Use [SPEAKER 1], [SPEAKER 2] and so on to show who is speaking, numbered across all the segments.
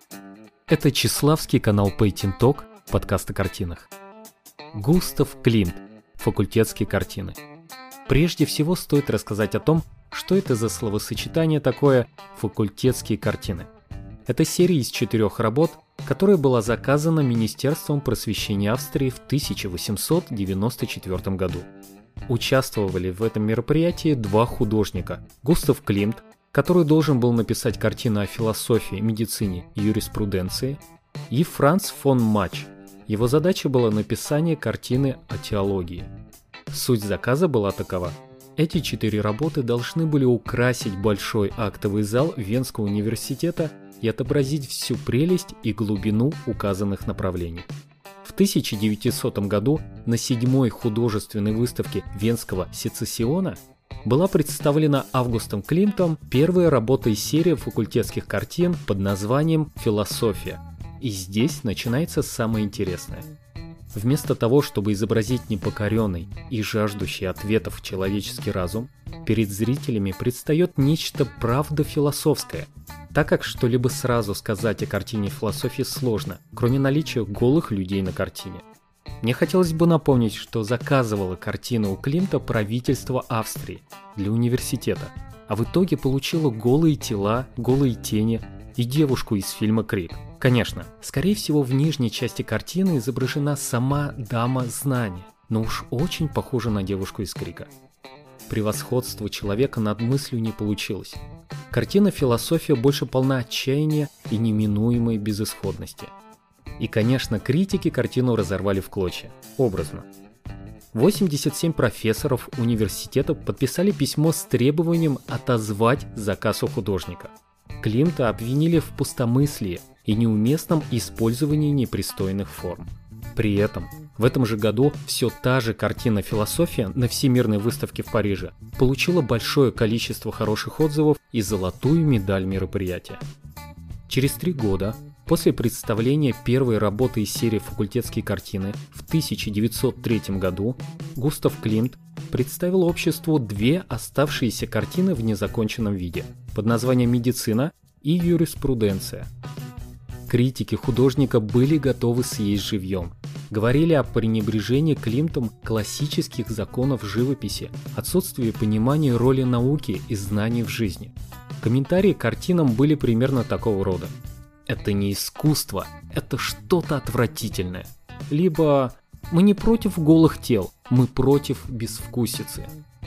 [SPEAKER 1] Это Числавский канал Painting Talk, подкаст о картинах. Густав Климт. Факультетские картины. Прежде всего стоит рассказать о том, что это за словосочетание такое «факультетские картины». Это серия из 4 работ, которая была заказана Министерством просвещения Австрии в 1894 году. Участвовали в этом мероприятии 2 художника – Густав Климт, который должен был написать картины о философии, медицине и юриспруденции, и Франц фон Мач. Его задача была написание картины о теологии. Суть заказа была такова. Эти 4 работы должны были украсить большой актовый зал Венского университета и отобразить всю прелесть и глубину указанных направлений. В 1900 году на 7-й художественной выставке Венского сецессиона была представлена Августом Климтом первая работа из серии факультетских картин под названием «Философия». И здесь начинается самое интересное. Вместо того, чтобы изобразить непокоренный и жаждущий ответов человеческий разум, перед зрителями предстает нечто правдофилософское, так как что-либо сразу сказать о картине философии сложно, кроме наличия голых людей на картине. Мне хотелось бы напомнить, что заказывало картину у Климта правительство Австрии для университета, а в итоге получило голые тела, голые тени и девушку из фильма «Крик». Конечно, скорее всего в нижней части картины изображена сама дама знания, но уж очень похожа на девушку из «Крика». Превосходство человека над мыслью не получилось. Картина «Философия» больше полна отчаяния и неминуемой безысходности. И, конечно, критики картину разорвали в клочья, образно. 87 профессоров университета подписали письмо с требованием отозвать заказ у художника. Климта обвинили в пустомыслии и неуместном использовании непристойных форм. При этом в этом же году все та же картина «Философия» на Всемирной выставке в Париже получила большое количество хороших отзывов и золотую медаль мероприятия. Через 3 года после представления первой работы из серии «Факультетские картины» в 1903 году Густав Климт представил обществу 2 оставшиеся картины в незаконченном виде под названием «Медицина» и «Юриспруденция». Критики художника были готовы съесть живьем. Говорили о пренебрежении Климтом классических законов живописи, отсутствии понимания роли науки и знаний в жизни. Комментарии к картинам были примерно такого рода. Это не искусство, это что-то отвратительное. Либо мы не против голых тел, мы против безвкусицы.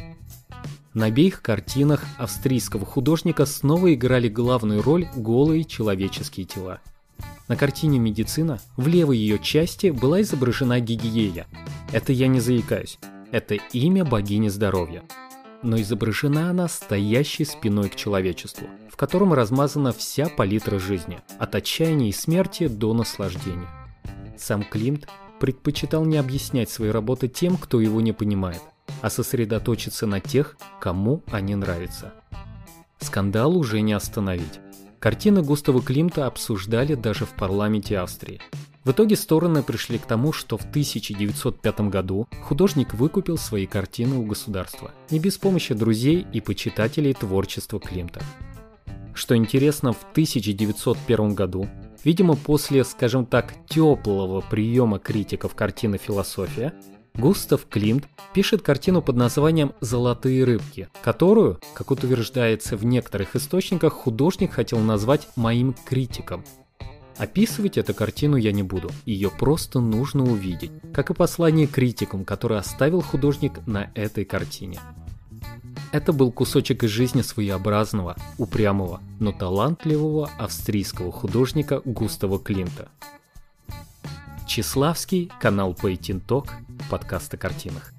[SPEAKER 1] На обеих картинах австрийского художника снова играли главную роль голые человеческие тела. На картине «Медицина» в левой ее части была изображена Гигиея. Это я не заикаюсь, это имя богини здоровья. Но изображена она стоящей спиной к человечеству, в котором размазана вся палитра жизни, от отчаяния и смерти до наслаждения. Сам Климт предпочитал не объяснять свои работы тем, кто его не понимает, а сосредоточиться на тех, кому они нравятся. Скандал уже не остановить. Картины Густава Климта обсуждали даже в парламенте Австрии. В итоге стороны пришли к тому, что в 1905 году художник выкупил свои картины у государства, не без помощи друзей и почитателей творчества Климта. Что интересно, в 1901 году, видимо после, скажем так, теплого приема критиков картины «Философия», Густав Климт пишет картину под названием «Золотые рыбки», которую, как утверждается в некоторых источниках, художник хотел назвать «моим критиком». Описывать эту картину я не буду, ее просто нужно увидеть, как и послание критикам, которое оставил художник на этой картине. Это был кусочек из жизни своеобразного, упрямого, но талантливого австрийского художника Густава Климта. Числавский, канал Painting Talk, подкаст о картинах.